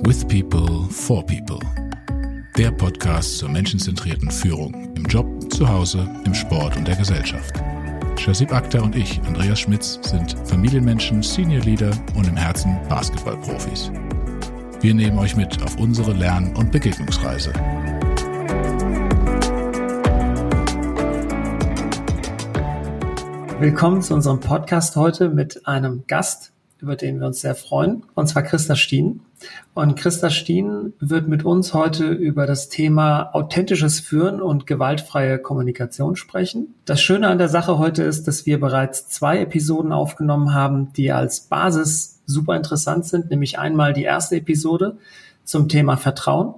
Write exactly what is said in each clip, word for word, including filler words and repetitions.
With People, for People. Der Podcast zur menschenzentrierten Führung im Job, zu Hause, im Sport und der Gesellschaft. Shazib Akhtar und ich, Andreas Schmitz, sind Familienmenschen, Senior Leader und im Herzen Basketballprofis. Wir nehmen euch mit auf unsere Lern- und Begegnungsreise. Willkommen zu unserem Podcast heute mit einem Gast, über den wir uns sehr freuen, und zwar Christa Stien. Und Christa Stien wird mit uns heute über das Thema authentisches Führen und gewaltfreie Kommunikation sprechen. Das Schöne an der Sache heute ist, dass wir bereits zwei Episoden aufgenommen haben, die als Basis super interessant sind, nämlich einmal die erste Episode zum Thema Vertrauen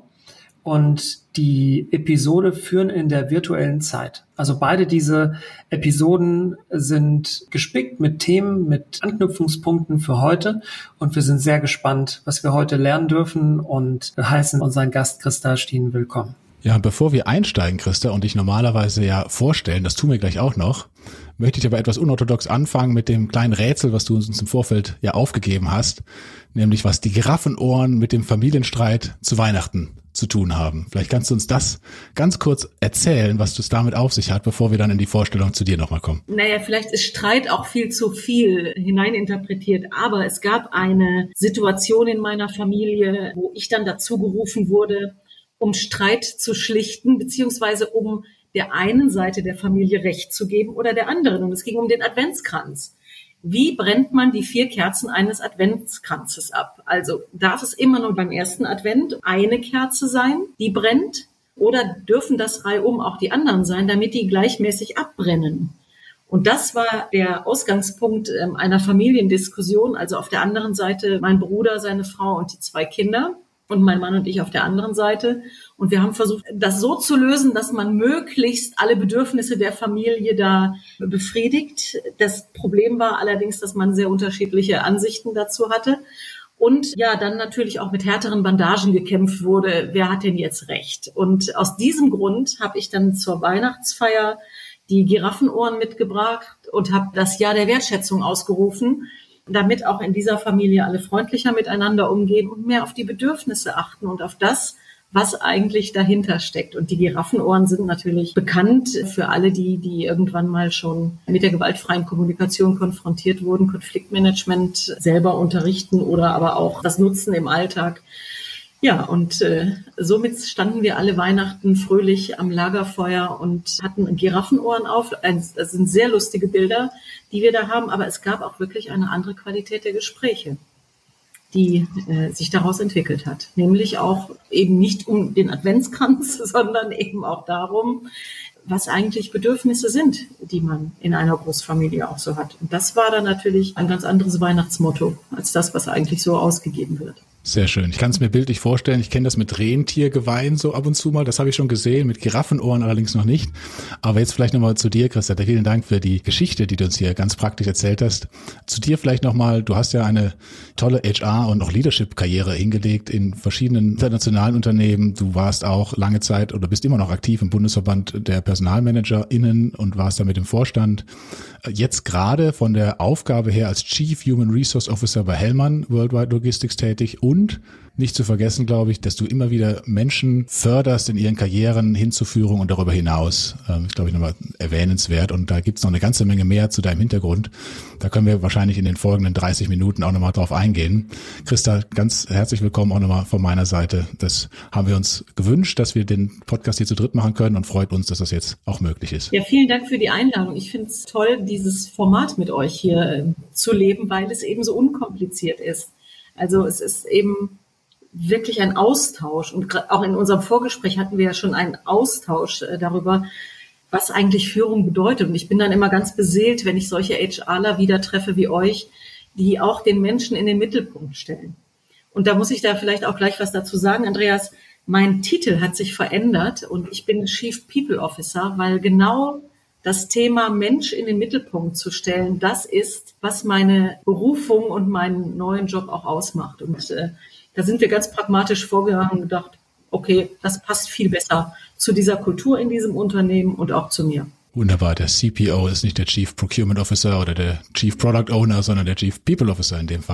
und die Episode Führen in der virtuellen Zeit. Also beide diese Episoden sind gespickt mit Themen, mit Anknüpfungspunkten für heute und wir sind sehr gespannt, was wir heute lernen dürfen und wir heißen unseren Gast Christa Stien willkommen. Ja, bevor wir einsteigen, Christa, und dich normalerweise ja vorstellen, das tun wir gleich auch noch, möchte ich aber etwas unorthodox anfangen mit dem kleinen Rätsel, was du uns im Vorfeld ja aufgegeben hast, nämlich was die Giraffenohren mit dem Familienstreit zu Weihnachten zu tun haben. Vielleicht kannst du uns das ganz kurz erzählen, was es damit auf sich hat, bevor wir dann in die Vorstellung zu dir nochmal kommen. Naja, vielleicht ist Streit auch viel zu viel hineininterpretiert, aber es gab eine Situation in meiner Familie, wo ich dann dazu gerufen wurde, um Streit zu schlichten, beziehungsweise um der einen Seite der Familie Recht zu geben oder der anderen. Und es ging um den Adventskranz. Wie brennt man die vier Kerzen eines Adventskranzes ab? Also darf es immer nur beim ersten Advent eine Kerze sein, die brennt? Oder dürfen das reihum auch die anderen sein, damit die gleichmäßig abbrennen? Und das war der Ausgangspunkt äh, einer Familiendiskussion. Also auf der anderen Seite mein Bruder, seine Frau und die zwei Kinder und mein Mann und ich auf der anderen Seite. Und wir haben versucht, das so zu lösen, dass man möglichst alle Bedürfnisse der Familie da befriedigt. Das Problem war allerdings, dass man sehr unterschiedliche Ansichten dazu hatte. Und ja, dann natürlich auch mit härteren Bandagen gekämpft wurde. Wer hat denn jetzt recht? Und aus diesem Grund habe ich dann zur Weihnachtsfeier die Giraffenohren mitgebracht und habe das Jahr der Wertschätzung ausgerufen, damit auch in dieser Familie alle freundlicher miteinander umgehen und mehr auf die Bedürfnisse achten und auf das, was eigentlich dahinter steckt. Und die Giraffenohren sind natürlich bekannt für alle, die, die irgendwann mal schon mit der gewaltfreien Kommunikation konfrontiert wurden, Konfliktmanagement selber unterrichten oder aber auch das Nutzen im Alltag. Ja, und äh, somit standen wir alle Weihnachten fröhlich am Lagerfeuer und hatten Giraffenohren auf. Das sind sehr lustige Bilder, die wir da haben, aber es gab auch wirklich eine andere Qualität der Gespräche, die äh, sich daraus entwickelt hat. Nämlich auch eben nicht um den Adventskranz, sondern eben auch darum, was eigentlich Bedürfnisse sind, die man in einer Großfamilie auch so hat. Und das war dann natürlich ein ganz anderes Weihnachtsmotto als das, was eigentlich so ausgegeben wird. Sehr schön. Ich kann es mir bildlich vorstellen. Ich kenne das mit Rentiergeweihen so ab und zu mal. Das habe ich schon gesehen, mit Giraffenohren allerdings noch nicht. Aber jetzt vielleicht nochmal zu dir, Christa. Vielen Dank für die Geschichte, die du uns hier ganz praktisch erzählt hast. Zu dir vielleicht nochmal. Du hast ja eine tolle H R- und auch Leadership-Karriere hingelegt in verschiedenen internationalen Unternehmen. Du warst auch lange Zeit oder bist immer noch aktiv im Bundesverband der PersonalmanagerInnen und warst da mit im Vorstand. Jetzt gerade von der Aufgabe her als Chief Human Resource Officer bei Hellmann Worldwide Logistics tätig. Und nicht zu vergessen, glaube ich, dass du immer wieder Menschen förderst in ihren Karrieren hin zur Führung und darüber hinaus. Ähm, ist, glaube ich, nochmal erwähnenswert. Und da gibt es noch eine ganze Menge mehr zu deinem Hintergrund. Da können wir wahrscheinlich in den folgenden dreißig Minuten auch nochmal drauf eingehen. Christa, ganz herzlich willkommen auch nochmal von meiner Seite. Das haben wir uns gewünscht, dass wir den Podcast hier zu dritt machen können und freut uns, dass das jetzt auch möglich ist. Ja, vielen Dank für die Einladung. Ich finde es toll, dieses Format mit euch hier äh, zu leben, weil es eben so unkompliziert ist. Also es ist eben wirklich ein Austausch und auch in unserem Vorgespräch hatten wir ja schon einen Austausch darüber, was eigentlich Führung bedeutet. Und ich bin dann immer ganz beseelt, wenn ich solche HRler wieder treffe wie euch, die auch den Menschen in den Mittelpunkt stellen. Und da muss ich da vielleicht auch gleich was dazu sagen, Andreas. Mein Titel hat sich verändert und ich bin Chief People Officer, weil genau das Thema Mensch in den Mittelpunkt zu stellen, das ist, was meine Berufung und meinen neuen Job auch ausmacht. Und äh, da sind wir ganz pragmatisch vorgegangen und gedacht, okay, das passt viel besser zu dieser Kultur in diesem Unternehmen und auch zu mir. Wunderbar, der C P O ist nicht der Chief Procurement Officer oder der Chief Product Owner, sondern der Chief People Officer in dem Fall.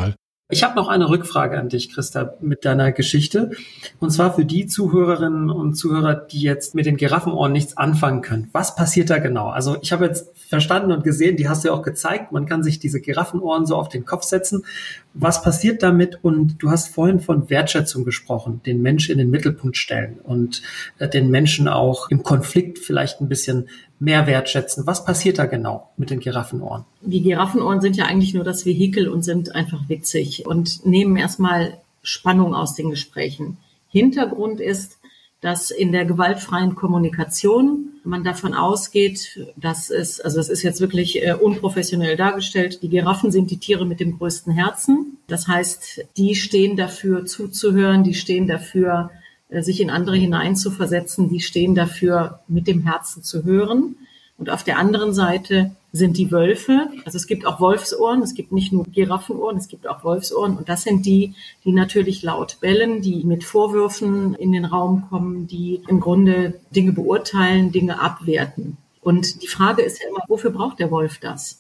Ich habe noch eine Rückfrage an dich, Christa, mit deiner Geschichte. Und zwar für die Zuhörerinnen und Zuhörer, die jetzt mit den Giraffenohren nichts anfangen können. Was passiert da genau? Also ich habe jetzt verstanden und gesehen, die hast du ja auch gezeigt, man kann sich diese Giraffenohren so auf den Kopf setzen. Was passiert damit? Und du hast vorhin von Wertschätzung gesprochen, den Menschen in den Mittelpunkt stellen und äh, den Menschen auch im Konflikt vielleicht ein bisschen mehr wertschätzen. Was passiert da genau mit den Giraffenohren? Die Giraffenohren sind ja eigentlich nur das Vehikel und sind einfach witzig und nehmen erstmal Spannung aus den Gesprächen. Hintergrund ist, dass in der gewaltfreien Kommunikation man davon ausgeht, dass es, also es ist jetzt wirklich äh, unprofessionell dargestellt, die Giraffen sind die Tiere mit dem größten Herzen. Das heißt, die stehen dafür zuzuhören, die stehen dafür, äh, sich in andere hineinzuversetzen, die stehen dafür, mit dem Herzen zu hören. Und auf der anderen Seite sind die Wölfe, also es gibt auch Wolfsohren, es gibt nicht nur Giraffenohren, es gibt auch Wolfsohren und das sind die, die natürlich laut bellen, die mit Vorwürfen in den Raum kommen, die im Grunde Dinge beurteilen, Dinge abwerten. Und die Frage ist ja immer, wofür braucht der Wolf das?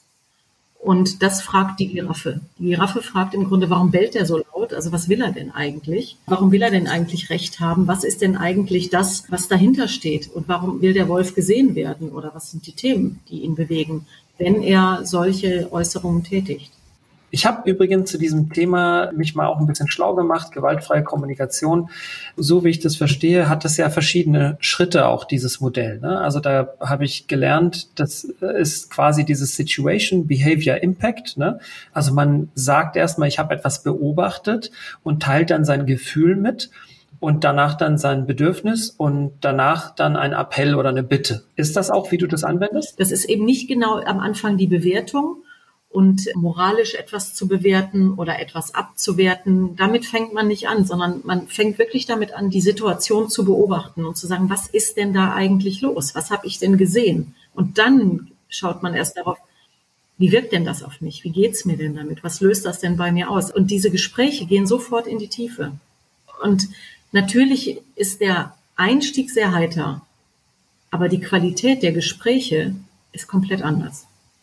Und das fragt die Giraffe. Die Giraffe fragt im Grunde, warum bellt er so laut? Also was will er denn eigentlich? Warum will er denn eigentlich Recht haben? Was ist denn eigentlich das, was dahinter steht? Und warum will der Wolf gesehen werden? Oder was sind die Themen, die ihn bewegen, wenn er solche Äußerungen tätigt? Ich habe übrigens zu diesem Thema mich mal auch ein bisschen schlau gemacht, gewaltfreie Kommunikation. So wie ich das verstehe, hat das ja verschiedene Schritte, auch dieses Modell, ne? Also da habe ich gelernt, das ist quasi dieses Situation, Behavior, Impact, ne? Also man sagt erstmal, ich habe etwas beobachtet und teilt dann sein Gefühl mit und danach dann sein Bedürfnis und danach dann ein Appell oder eine Bitte. Ist das auch, wie du das anwendest? Das ist eben nicht genau am Anfang die Bewertung, und moralisch etwas zu bewerten oder etwas abzuwerten, damit fängt man nicht an, sondern man fängt wirklich damit an, die Situation zu beobachten und zu sagen, was ist denn da eigentlich los? Was habe ich denn gesehen? Und dann schaut man erst darauf, wie wirkt denn das auf mich? Wie geht's mir denn damit? Was löst das denn bei mir aus? Und diese Gespräche gehen sofort in die Tiefe. Und natürlich ist der Einstieg sehr heiter, aber die Qualität der Gespräche ist komplett anders.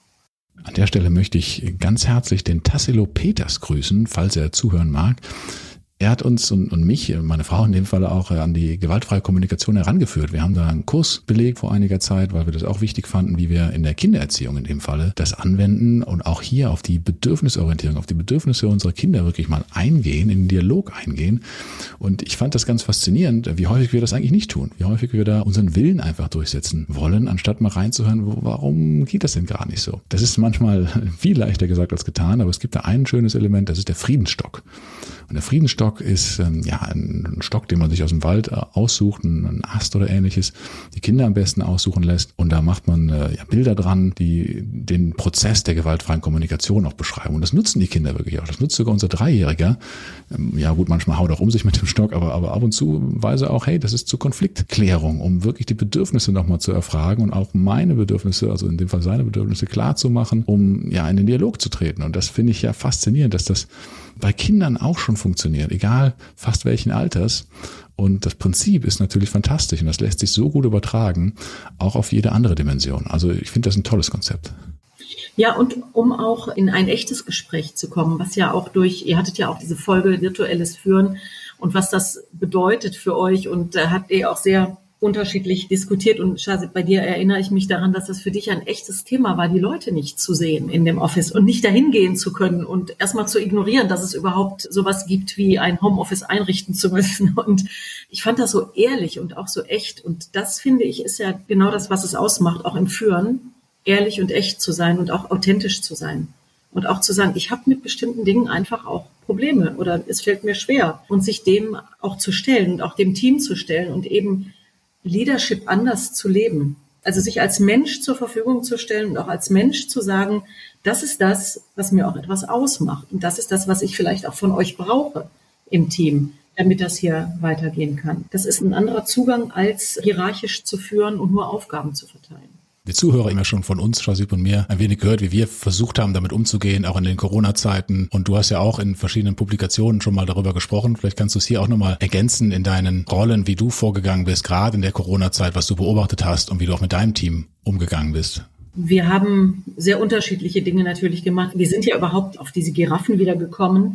An der Stelle möchte ich ganz herzlich den Tassilo Peters grüßen, falls er zuhören mag. Er hat uns und, und mich, meine Frau in dem Fall auch, an die gewaltfreie Kommunikation herangeführt. Wir haben da einen Kurs belegt vor einiger Zeit, weil wir das auch wichtig fanden, wie wir in der Kindererziehung in dem Falle das anwenden und auch hier auf die Bedürfnisorientierung, auf die Bedürfnisse unserer Kinder wirklich mal eingehen, in den Dialog eingehen. Und ich fand das ganz faszinierend, wie häufig wir das eigentlich nicht tun, wie häufig wir da unseren Willen einfach durchsetzen wollen, anstatt mal reinzuhören, wo, warum geht das denn gar nicht so? Das ist manchmal viel leichter gesagt als getan, aber es gibt da ein schönes Element, das ist der Friedensstock. Und der Friedensstock ist ähm, ja ein Stock, den man sich aus dem Wald äh, aussucht, ein Ast oder ähnliches, die Kinder am besten aussuchen lässt. Und da macht man äh, ja, Bilder dran, die den Prozess der gewaltfreien Kommunikation auch beschreiben. Und das nutzen die Kinder wirklich auch. Das nutzt sogar unser Dreijähriger. Ähm, ja gut, manchmal haut er auch um sich mit dem Stock, aber, aber ab und zu weiß er auch, hey, das ist zur Konfliktklärung, um wirklich die Bedürfnisse nochmal zu erfragen und auch meine Bedürfnisse, also in dem Fall seine Bedürfnisse klar zu machen, um ja in den Dialog zu treten. Und das finde ich ja faszinierend, dass das bei Kindern auch schon funktioniert, egal fast welchen Alters. Und das Prinzip ist natürlich fantastisch und das lässt sich so gut übertragen, auch auf jede andere Dimension. Also ich finde das ein tolles Konzept. Ja, und um auch in ein echtes Gespräch zu kommen, was ja auch durch, ihr hattet ja auch diese Folge virtuelles Führen und was das bedeutet für euch und da habt ihr auch sehr unterschiedlich diskutiert und Shazib, bei dir erinnere ich mich daran, dass das für dich ein echtes Thema war, die Leute nicht zu sehen in dem Office und nicht dahin gehen zu können und erstmal zu ignorieren, dass es überhaupt sowas gibt, wie ein Homeoffice einrichten zu müssen. Und ich fand das so ehrlich und auch so echt. Und das, finde ich, ist ja genau das, was es ausmacht, auch im Führen, ehrlich und echt zu sein und auch authentisch zu sein. Und auch zu sagen, ich habe mit bestimmten Dingen einfach auch Probleme oder es fällt mir schwer. Und sich dem auch zu stellen und auch dem Team zu stellen und eben Leadership anders zu leben. Also sich als Mensch zur Verfügung zu stellen und auch als Mensch zu sagen, das ist das, was mir auch etwas ausmacht. Und das ist das, was ich vielleicht auch von euch brauche im Team, damit das hier weitergehen kann. Das ist ein anderer Zugang, als hierarchisch zu führen und nur Aufgaben zu verteilen. Die Zuhörer haben ja schon von uns, Shazib und mir, ein wenig gehört, wie wir versucht haben, damit umzugehen, auch in den Corona-Zeiten. Und du hast ja auch in verschiedenen Publikationen schon mal darüber gesprochen. Vielleicht kannst du es hier auch nochmal ergänzen in deinen Rollen, wie du vorgegangen bist, gerade in der Corona-Zeit, was du beobachtet hast und wie du auch mit deinem Team umgegangen bist. Wir haben sehr unterschiedliche Dinge natürlich gemacht. Wir sind ja überhaupt auf diese Giraffen wieder gekommen,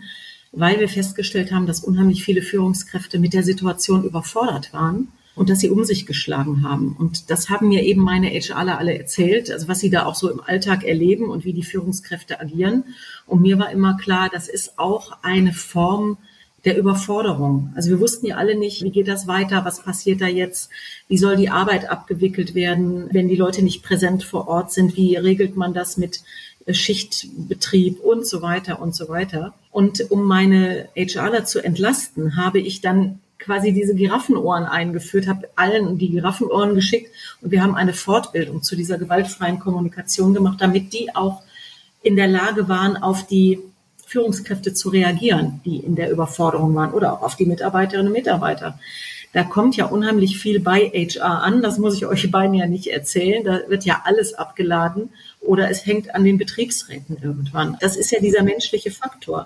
weil wir festgestellt haben, dass unheimlich viele Führungskräfte mit der Situation überfordert waren und dass sie um sich geschlagen haben. Und das haben mir eben meine HRler alle erzählt, also was sie da auch so im Alltag erleben und wie die Führungskräfte agieren. Und mir war immer klar, das ist auch eine Form der Überforderung. Also wir wussten ja alle nicht, wie geht das weiter, was passiert da jetzt, wie soll die Arbeit abgewickelt werden, wenn die Leute nicht präsent vor Ort sind, wie regelt man das mit Schichtbetrieb und so weiter und so weiter. Und um meine HRler zu entlasten, habe ich dann quasi diese Giraffenohren eingeführt, habe allen die Giraffenohren geschickt und wir haben eine Fortbildung zu dieser gewaltfreien Kommunikation gemacht, damit die auch in der Lage waren, auf die Führungskräfte zu reagieren, die in der Überforderung waren oder auch auf die Mitarbeiterinnen und Mitarbeiter. Da kommt ja unheimlich viel bei H R an, das muss ich euch beiden ja nicht erzählen, da wird ja alles abgeladen oder es hängt an den Betriebsräten irgendwann. Das ist ja dieser menschliche Faktor.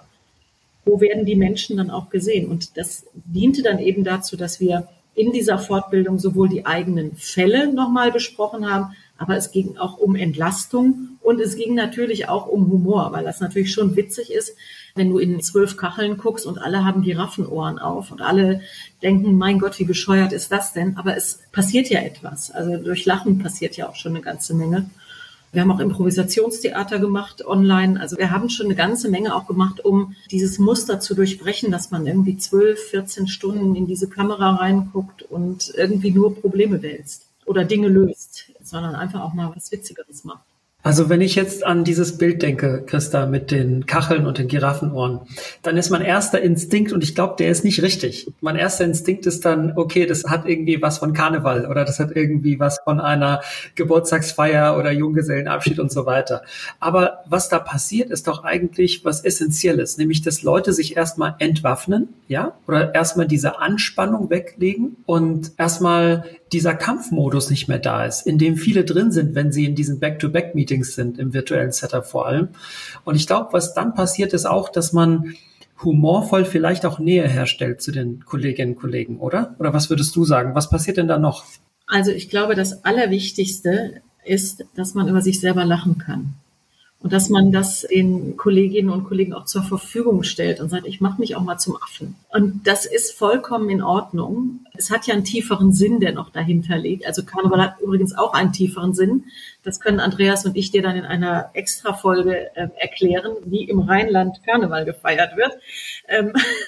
Wo werden die Menschen dann auch gesehen? Und das diente dann eben dazu, dass wir in dieser Fortbildung sowohl die eigenen Fälle nochmal besprochen haben, aber es ging auch um Entlastung und es ging natürlich auch um Humor, weil das natürlich schon witzig ist, wenn du in zwölf Kacheln guckst und alle haben Giraffenohren auf und alle denken, mein Gott, wie bescheuert ist das denn? Aber es passiert ja etwas. Also durch Lachen passiert ja auch schon eine ganze Menge. Wir haben auch Improvisationstheater gemacht online. Also wir haben schon eine ganze Menge auch gemacht, um dieses Muster zu durchbrechen, dass man irgendwie zwölf, vierzehn Stunden in diese Kamera reinguckt und irgendwie nur Probleme wälzt oder Dinge löst, sondern einfach auch mal was Witzigeres macht. Also wenn ich jetzt an dieses Bild denke, Christa, mit den Kacheln und den Giraffenohren, dann ist mein erster Instinkt, und ich glaube, der ist nicht richtig. Mein erster Instinkt ist dann, okay, das hat irgendwie was von Karneval oder das hat irgendwie was von einer Geburtstagsfeier oder Junggesellenabschied und so weiter. Aber was da passiert, ist doch eigentlich was Essentielles, nämlich dass Leute sich erstmal entwaffnen, ja, oder erstmal diese Anspannung weglegen und erstmal dieser Kampfmodus nicht mehr da ist, in dem viele drin sind, wenn sie in diesen Back-to-Back-Meetings sind, im virtuellen Setup vor allem. Und ich glaube, was dann passiert, ist auch, dass man humorvoll vielleicht auch Nähe herstellt zu den Kolleginnen und Kollegen, oder? Oder was würdest du sagen? Was passiert denn da noch? Also ich glaube, das Allerwichtigste ist, dass man über sich selber lachen kann. Und dass man das den Kolleginnen und Kollegen auch zur Verfügung stellt und sagt, ich mache mich auch mal zum Affen. Und das ist vollkommen in Ordnung. Es hat ja einen tieferen Sinn, der noch dahinter liegt. Also Karneval hat übrigens auch einen tieferen Sinn. Das können Andreas und ich dir dann in einer Extra-Folge äh, erklären, wie im Rheinland Karneval gefeiert wird. Ähm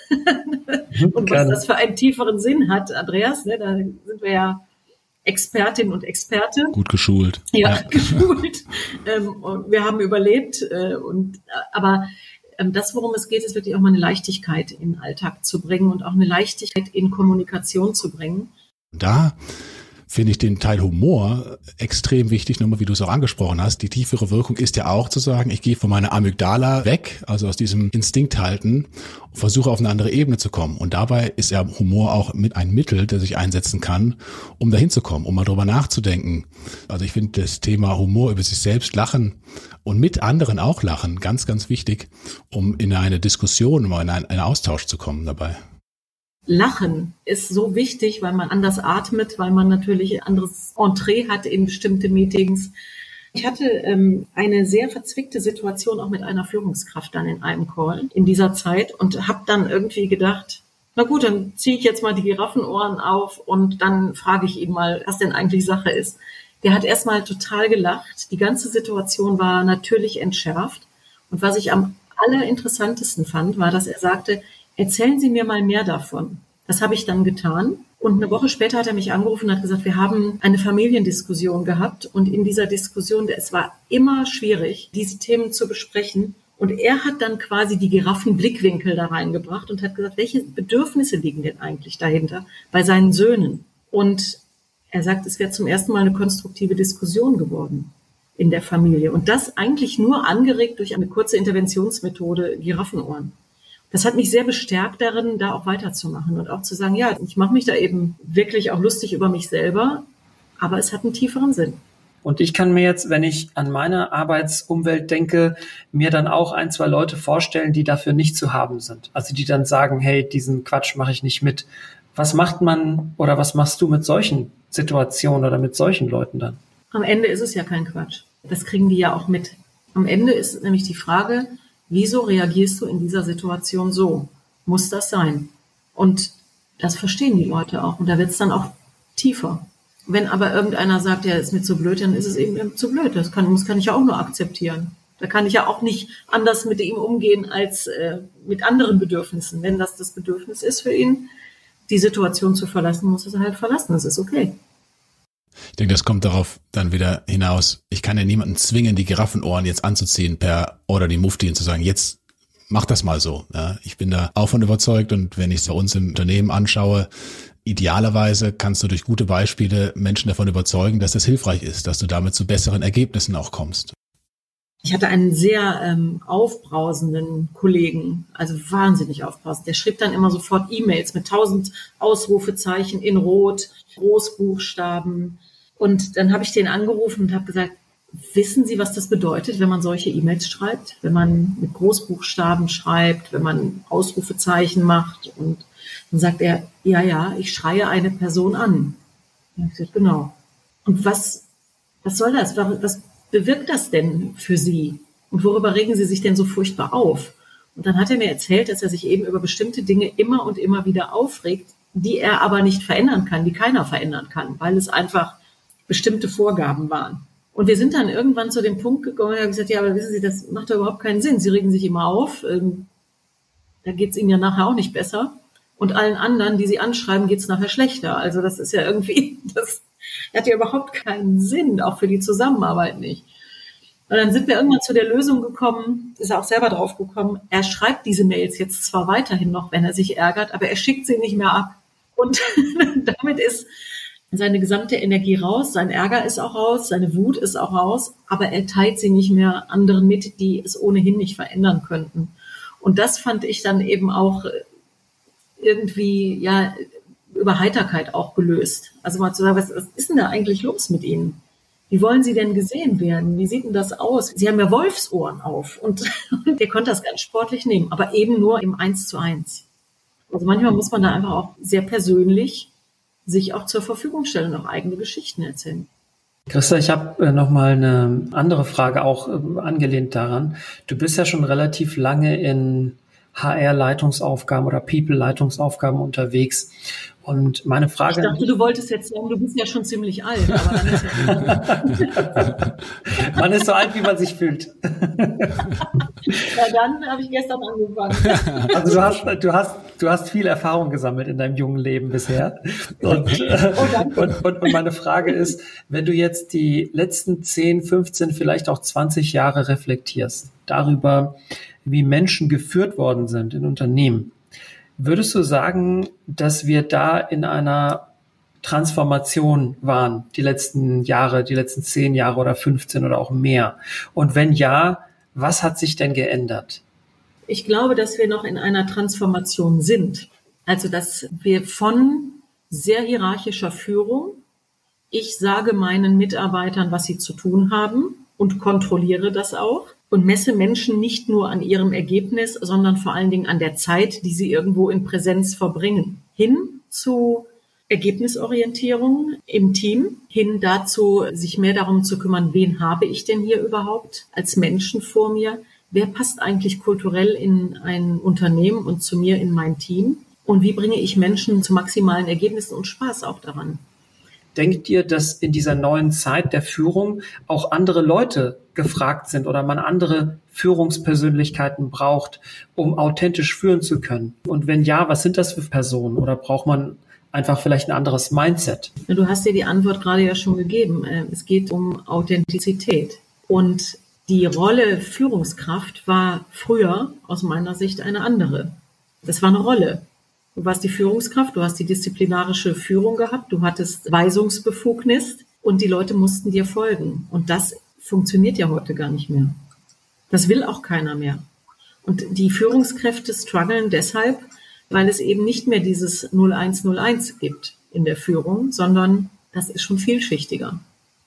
und was das für einen tieferen Sinn hat, Andreas, ne, da sind wir ja Expertin und Experte. Gut geschult. Ja, ja. geschult. ähm, und wir haben überlebt. Äh, und, aber ähm, das, worum es geht, ist wirklich auch mal eine Leichtigkeit in den Alltag zu bringen und auch eine Leichtigkeit in Kommunikation zu bringen. Da finde ich den Teil Humor extrem wichtig, nochmal wie du es auch angesprochen hast. Die tiefere Wirkung ist ja auch zu sagen, ich gehe von meiner Amygdala weg, also aus diesem Instinkt halten und versuche auf eine andere Ebene zu kommen. Und dabei ist ja Humor auch mit ein Mittel, der sich einsetzen kann, um dahin zu kommen, um mal drüber nachzudenken. Also ich finde das Thema Humor über sich selbst lachen und mit anderen auch lachen ganz, ganz wichtig, um in eine Diskussion, um in einen, einen Austausch zu kommen dabei. Lachen ist so wichtig, weil man anders atmet, weil man natürlich ein anderes Entree hat in bestimmte Meetings. Ich hatte ähm, eine sehr verzwickte Situation auch mit einer Führungskraft dann in einem Call in dieser Zeit und habe dann irgendwie gedacht, na gut, dann ziehe ich jetzt mal die Giraffenohren auf und dann frage ich ihn mal, was denn eigentlich Sache ist. Der hat erstmal total gelacht. Die ganze Situation war natürlich entschärft. Und was ich am allerinteressantesten fand, war, dass er sagte, erzählen Sie mir mal mehr davon. Das habe ich dann getan. Und eine Woche später hat er mich angerufen und hat gesagt, wir haben eine Familiendiskussion gehabt. Und in dieser Diskussion, es war immer schwierig, diese Themen zu besprechen. Und er hat dann quasi die Giraffenblickwinkel da reingebracht und hat gesagt, welche Bedürfnisse liegen denn eigentlich dahinter bei seinen Söhnen? Und er sagt, es wäre zum ersten Mal eine konstruktive Diskussion geworden in der Familie. Und das eigentlich nur angeregt durch eine kurze Interventionsmethode Giraffenohren. Das hat mich sehr bestärkt darin, da auch weiterzumachen und auch zu sagen, ja, ich mache mich da eben wirklich auch lustig über mich selber, aber es hat einen tieferen Sinn. Und ich kann mir jetzt, wenn ich an meine Arbeitsumwelt denke, mir dann auch ein, zwei Leute vorstellen, die dafür nicht zu haben sind. Also die dann sagen, hey, diesen Quatsch mache ich nicht mit. Was macht man oder was machst du mit solchen Situationen oder mit solchen Leuten dann? Am Ende ist es ja kein Quatsch. Das kriegen die ja auch mit. Am Ende ist nämlich die Frage, Wieso reagierst du in dieser Situation so? Muss das sein? Und das verstehen die Leute auch. Und da wird es dann auch tiefer. Wenn aber irgendeiner sagt, ja, ist mir zu blöd, dann ist es eben zu blöd. Das kann, das kann ich ja auch nur akzeptieren. Da kann ich ja auch nicht anders mit ihm umgehen als äh, mit anderen Bedürfnissen. Wenn das das Bedürfnis ist für ihn, die Situation zu verlassen, muss er halt verlassen. Das ist okay. Ich denke, das kommt darauf dann wieder hinaus. Ich kann ja niemanden zwingen, die Giraffenohren jetzt anzuziehen per Order die Mufti und zu sagen, jetzt mach das mal so. Ja, ich bin da auch von überzeugt, und wenn ich es bei uns im Unternehmen anschaue, idealerweise kannst du durch gute Beispiele Menschen davon überzeugen, dass das hilfreich ist, dass du damit zu besseren Ergebnissen auch kommst. Ich hatte einen sehr ähm, aufbrausenden Kollegen, also wahnsinnig aufbrausend. Der schrieb dann immer sofort E-Mails mit tausend Ausrufezeichen in Rot, Großbuchstaben. Und dann habe ich den angerufen und habe gesagt, wissen Sie, was das bedeutet, wenn man solche E-Mails schreibt? Wenn man mit Großbuchstaben schreibt, wenn man Ausrufezeichen macht? Und dann sagt er, ja, ja, ich schreie eine Person an. Und ich gesagt, genau. Und was, was soll das? Was bewirkt das denn für Sie? Und worüber regen Sie sich denn so furchtbar auf? Und dann hat er mir erzählt, dass er sich eben über bestimmte Dinge immer und immer wieder aufregt, die er aber nicht verändern kann, die keiner verändern kann, weil es einfach bestimmte Vorgaben waren. Und wir sind dann irgendwann zu dem Punkt gekommen und haben gesagt, ja, aber wissen Sie, das macht doch überhaupt keinen Sinn. Sie regen sich immer auf, ähm, da geht es Ihnen ja nachher auch nicht besser. Und allen anderen, die Sie anschreiben, geht es nachher schlechter. Also das ist ja irgendwie, das hat ja überhaupt keinen Sinn, auch für die Zusammenarbeit nicht. Und dann sind wir irgendwann zu der Lösung gekommen, ist er auch selber drauf gekommen, er schreibt diese Mails jetzt zwar weiterhin noch, wenn er sich ärgert, aber er schickt sie nicht mehr ab. Und damit ist seine gesamte Energie raus, sein Ärger ist auch raus, seine Wut ist auch raus, aber er teilt sie nicht mehr anderen mit, die es ohnehin nicht verändern könnten. Und das fand ich dann eben auch irgendwie, ja, über Heiterkeit auch gelöst. Also mal zu sagen, was, was ist denn da eigentlich los mit Ihnen? Wie wollen Sie denn gesehen werden? Wie sieht denn das aus? Sie haben ja Wolfsohren auf. Und, und der konnte das ganz sportlich nehmen, aber eben nur im Eins zu eins. Also manchmal muss man da einfach auch sehr persönlich sich auch zur Verfügung stellen und auch eigene Geschichten erzählen. Christa, ich habe äh, noch mal eine andere Frage, auch äh, angelehnt daran. Du bist ja schon relativ lange in H R-Leitungsaufgaben oder People-Leitungsaufgaben unterwegs. Und meine Frage... Ich dachte, du wolltest jetzt sagen, du bist ja schon ziemlich alt. Aber dann ist ja man ist so alt, wie man sich fühlt. Ja, dann habe ich gestern angefangen. Also du hast, du hast, du hast viel Erfahrung gesammelt in deinem jungen Leben bisher. Und, und, und, und meine Frage ist, wenn du jetzt die letzten zehn, fünfzehn, vielleicht auch zwanzig Jahre reflektierst, darüber, wie Menschen geführt worden sind in Unternehmen, würdest du sagen, dass wir da in einer Transformation waren, die letzten Jahre, die letzten zehn Jahre oder fünfzehn oder auch mehr? Und wenn ja, was hat sich denn geändert? Ich glaube, dass wir noch in einer Transformation sind. Also, dass wir von sehr hierarchischer Führung, ich sage meinen Mitarbeitern, was sie zu tun haben und kontrolliere das auch und messe Menschen nicht nur an ihrem Ergebnis, sondern vor allen Dingen an der Zeit, die sie irgendwo in Präsenz verbringen, hin zu Ergebnisorientierung im Team, hin dazu, sich mehr darum zu kümmern, wen habe ich denn hier überhaupt als Menschen vor mir? Wer passt eigentlich kulturell in ein Unternehmen und zu mir in mein Team? Und wie bringe ich Menschen zu maximalen Ergebnissen und Spaß auch daran? Denkt ihr, dass in dieser neuen Zeit der Führung auch andere Leute gefragt sind oder man andere Führungspersönlichkeiten braucht, um authentisch führen zu können? Und wenn ja, was sind das für Personen? Oder braucht man einfach vielleicht ein anderes Mindset? Du hast dir die Antwort gerade ja schon gegeben. Es geht um Authentizität. Und die Rolle Führungskraft war früher aus meiner Sicht eine andere. Das war eine Rolle. Du warst die Führungskraft, du hast die disziplinarische Führung gehabt, du hattest Weisungsbefugnis und die Leute mussten dir folgen. Und das funktioniert ja heute gar nicht mehr. Das will auch keiner mehr. Und die Führungskräfte strugglen deshalb, weil es eben nicht mehr dieses null eins null eins gibt in der Führung, sondern das ist schon vielschichtiger.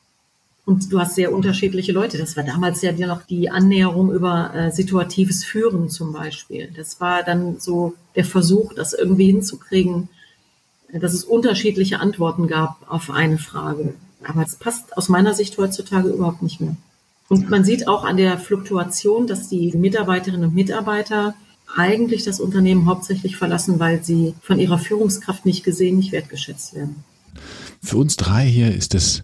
Und du hast sehr unterschiedliche Leute. Das war damals ja noch die Annäherung über äh, situatives Führen zum Beispiel. Das war dann so der Versuch, das irgendwie hinzukriegen, dass es unterschiedliche Antworten gab auf eine Frage. Aber es passt aus meiner Sicht heutzutage überhaupt nicht mehr. Und man sieht auch an der Fluktuation, dass die Mitarbeiterinnen und Mitarbeiter eigentlich das Unternehmen hauptsächlich verlassen, weil sie von ihrer Führungskraft nicht gesehen, nicht wertgeschätzt werden. Für uns drei hier ist es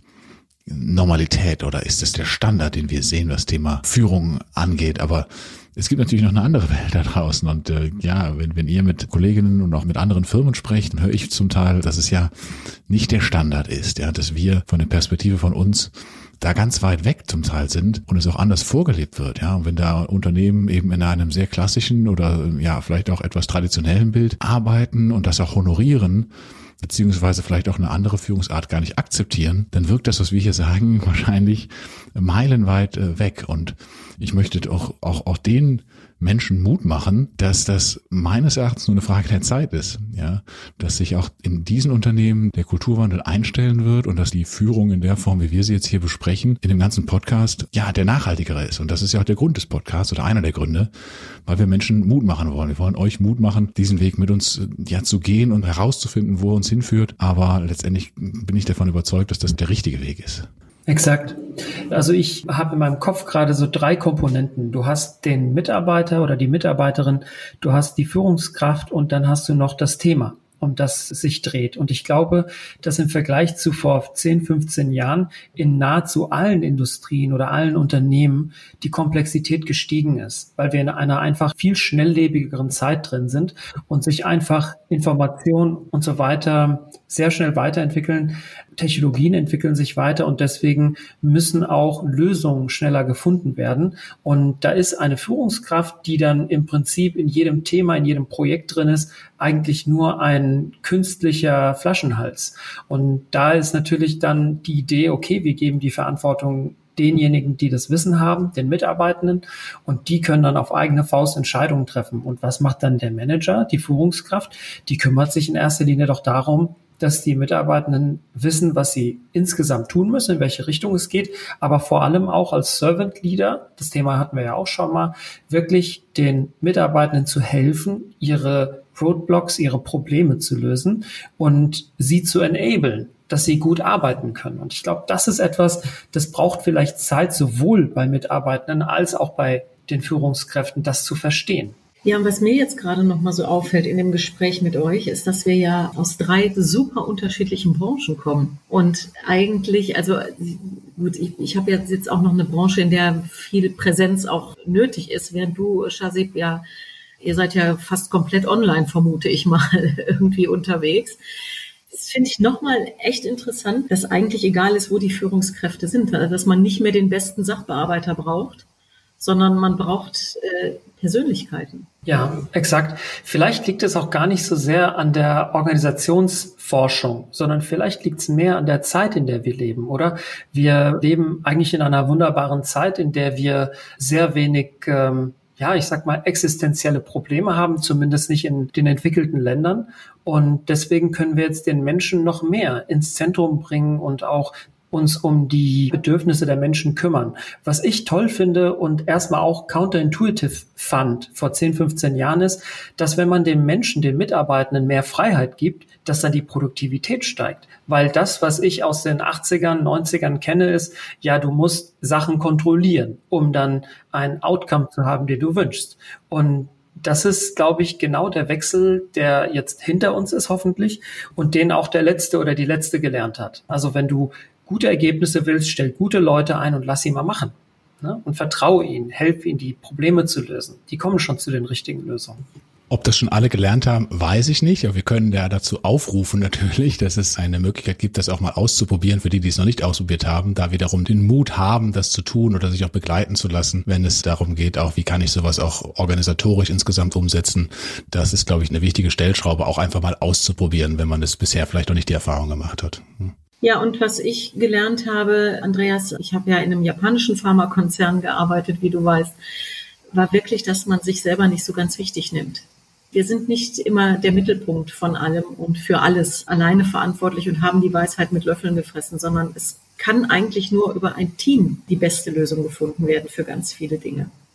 Normalität oder ist es der Standard, den wir sehen, was Thema Führung angeht. Aber es gibt natürlich noch eine andere Welt da draußen. Und äh, ja, wenn, wenn ihr mit Kolleginnen und auch mit anderen Firmen sprecht, dann höre ich zum Teil, dass es ja nicht der Standard ist, ja, dass wir von der Perspektive von uns da ganz weit weg zum Teil sind und es auch anders vorgelebt wird, ja. Und wenn da Unternehmen eben in einem sehr klassischen oder ja vielleicht auch etwas traditionellen Bild arbeiten und das auch honorieren, beziehungsweise vielleicht auch eine andere Führungsart gar nicht akzeptieren, dann wirkt das, was wir hier sagen, wahrscheinlich meilenweit äh, weg. Und ich möchte auch, auch, auch den Menschen Mut machen, dass das meines Erachtens nur eine Frage der Zeit ist, ja, dass sich auch in diesen Unternehmen der Kulturwandel einstellen wird und dass die Führung in der Form, wie wir sie jetzt hier besprechen, in dem ganzen Podcast, ja, der nachhaltigere ist. Und das ist ja auch der Grund des Podcasts oder einer der Gründe, weil wir Menschen Mut machen wollen. Wir wollen euch Mut machen, diesen Weg mit uns ja zu gehen und herauszufinden, wo er uns hinführt. Aber letztendlich bin ich davon überzeugt, dass das der richtige Weg ist. Exakt. Also ich habe in meinem Kopf gerade so drei Komponenten. Du hast den Mitarbeiter oder die Mitarbeiterin, du hast die Führungskraft und dann hast du noch das Thema, um das sich dreht. Und ich glaube, dass im Vergleich zu vor zehn, fünfzehn Jahren in nahezu allen Industrien oder allen Unternehmen die Komplexität gestiegen ist, weil wir in einer einfach viel schnelllebigeren Zeit drin sind und sich einfach Information und so weiter sehr schnell weiterentwickeln. Technologien entwickeln sich weiter und deswegen müssen auch Lösungen schneller gefunden werden. Und da ist eine Führungskraft, die dann im Prinzip in jedem Thema, in jedem Projekt drin ist, eigentlich nur ein künstlicher Flaschenhals. Und da ist natürlich dann die Idee, okay, wir geben die Verantwortung denjenigen, die das Wissen haben, den Mitarbeitenden, und die können dann auf eigene Faust Entscheidungen treffen. Und was macht dann der Manager, die Führungskraft? Die kümmert sich in erster Linie doch darum, dass die Mitarbeitenden wissen, was sie insgesamt tun müssen, in welche Richtung es geht, aber vor allem auch als Servant Leader, das Thema hatten wir ja auch schon mal, wirklich den Mitarbeitenden zu helfen, ihre Roadblocks, ihre Probleme zu lösen und sie zu enablen, dass sie gut arbeiten können. Und ich glaube, das ist etwas, das braucht vielleicht Zeit, sowohl bei Mitarbeitenden als auch bei den Führungskräften, das zu verstehen. Ja, und was mir jetzt gerade noch mal so auffällt in dem Gespräch mit euch, ist, dass wir ja aus drei super unterschiedlichen Branchen kommen. Und eigentlich, also gut, ich, ich habe jetzt, jetzt auch noch eine Branche, in der viel Präsenz auch nötig ist, während du, Shazib, ja, ihr seid ja fast komplett online, vermute ich mal, irgendwie unterwegs. Das finde ich nochmal echt interessant, dass eigentlich egal ist, wo die Führungskräfte sind, also dass man nicht mehr den besten Sachbearbeiter braucht, sondern man braucht äh, Persönlichkeiten. Ja, exakt. Vielleicht liegt es auch gar nicht so sehr an der Organisationsforschung, sondern vielleicht liegt es mehr an der Zeit, in der wir leben, oder? Wir leben eigentlich in einer wunderbaren Zeit, in der wir sehr wenig, ähm, ja, ich sag mal, existenzielle Probleme haben, zumindest nicht in den entwickelten Ländern. Und deswegen können wir jetzt den Menschen noch mehr ins Zentrum bringen und auch uns um die Bedürfnisse der Menschen kümmern. Was ich toll finde und erstmal auch counterintuitive fand vor zehn, fünfzehn Jahren ist, dass wenn man dem Menschen, den Mitarbeitenden mehr Freiheit gibt, dass dann die Produktivität steigt. Weil das, was ich aus den achtzigern, neunzigern kenne, ist, ja, du musst Sachen kontrollieren, um dann ein Outcome zu haben, den du wünschst. Und das ist, glaube ich, genau der Wechsel, der jetzt hinter uns ist, hoffentlich, und den auch der Letzte oder die Letzte gelernt hat. Also wenn du gute Ergebnisse willst, stell gute Leute ein und lass sie mal machen. Ne? Und vertraue ihnen, helf ihnen, die Probleme zu lösen. Die kommen schon zu den richtigen Lösungen. Ob das schon alle gelernt haben, weiß ich nicht. Aber wir können ja dazu aufrufen natürlich, dass es eine Möglichkeit gibt, das auch mal auszuprobieren für die, die es noch nicht ausprobiert haben, da wiederum den Mut haben, das zu tun oder sich auch begleiten zu lassen, wenn es darum geht, auch wie kann ich sowas auch organisatorisch insgesamt umsetzen. Das ist, glaube ich, eine wichtige Stellschraube, auch einfach mal auszuprobieren, wenn man es bisher vielleicht noch nicht die Erfahrung gemacht hat. Hm. Ja, und was ich gelernt habe, Andreas, ich habe ja in einem japanischen Pharmakonzern gearbeitet, wie du weißt, war wirklich, dass man sich selber nicht so ganz wichtig nimmt. Wir sind nicht immer der Mittelpunkt von allem und für alles alleine verantwortlich und haben die Weisheit mit Löffeln gefressen, sondern es kann eigentlich nur über ein Team die beste Lösung gefunden werden für ganz viele Dinge.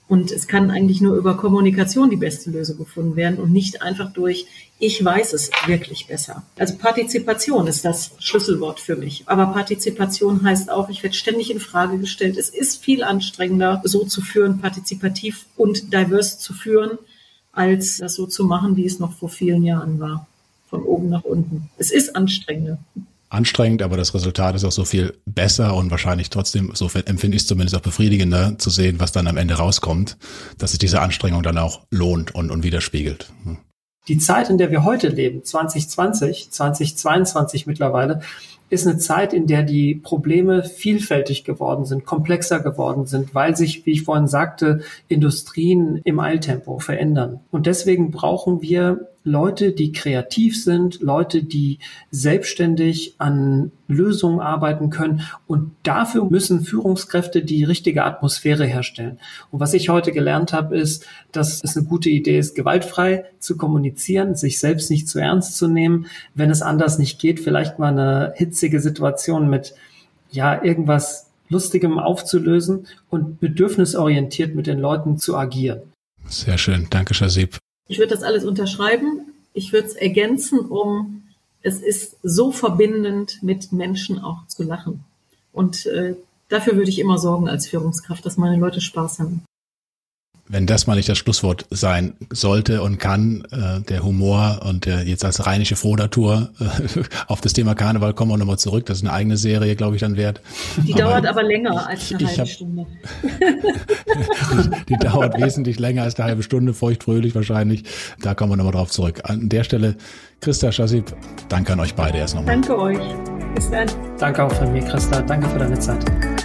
Und es kann eigentlich nur über Kommunikation die beste Lösung gefunden werden und nicht einfach durch, ich weiß es wirklich besser. Also Partizipation ist das Schlüsselwort für mich. Aber Partizipation heißt auch, ich werde ständig in Frage gestellt. Es ist viel anstrengender, so zu führen, partizipativ und divers zu führen, als das so zu machen, wie es noch vor vielen Jahren war. Von oben nach unten. Es ist anstrengender. Anstrengend, aber das Resultat ist auch so viel besser und wahrscheinlich trotzdem, so empfinde ich es zumindest, auch befriedigender zu sehen, was dann am Ende rauskommt, dass sich diese Anstrengung dann auch lohnt und, und widerspiegelt. Die Zeit, in der wir heute leben, zwanzig zwanzig, zwanzig zweiundzwanzig mittlerweile, ist eine Zeit, in der die Probleme vielfältig geworden sind, komplexer geworden sind, weil sich, wie ich vorhin sagte, Industrien im Eiltempo verändern. Und deswegen brauchen wir Leute, die kreativ sind, Leute, die selbstständig an Lösungen arbeiten können. Und dafür müssen Führungskräfte die richtige Atmosphäre herstellen. Und was ich heute gelernt habe, ist, dass es eine gute Idee ist, gewaltfrei zu kommunizieren, sich selbst nicht zu ernst zu nehmen. Wenn es anders nicht geht, vielleicht mal eine hitzige Situation mit, ja, irgendwas Lustigem aufzulösen und bedürfnisorientiert mit den Leuten zu agieren. Sehr schön. Danke, Shahzeeb. Ich würde das alles unterschreiben. Ich würde es ergänzen, um, es ist so verbindend, mit Menschen auch zu lachen. Und äh, dafür würde ich immer sorgen als Führungskraft, dass meine Leute Spaß haben. Wenn das mal nicht das Schlusswort sein sollte und kann, äh, der Humor und der jetzt als rheinische Frohnatur äh, auf das Thema Karneval kommen wir nochmal zurück. Das ist eine eigene Serie, glaube ich, dann wert. Die aber dauert aber länger als eine halbe hab, Stunde. die, die dauert wesentlich länger als eine halbe Stunde, feuchtfröhlich wahrscheinlich. Da kommen wir nochmal drauf zurück. An der Stelle, Christa, Shahzeeb, danke an euch beide erst nochmal. Danke euch. Bis dann. Danke auch von mir, Christa. Danke für deine Zeit.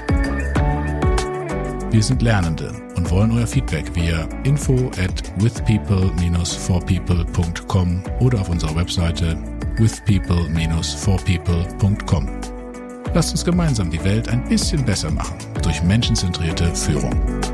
Wir sind Lernende und wollen euer Feedback via info at withpeople dash for people dot com oder auf unserer Webseite withpeople dash for people dot com. Lasst uns gemeinsam die Welt ein bisschen besser machen durch menschenzentrierte Führung.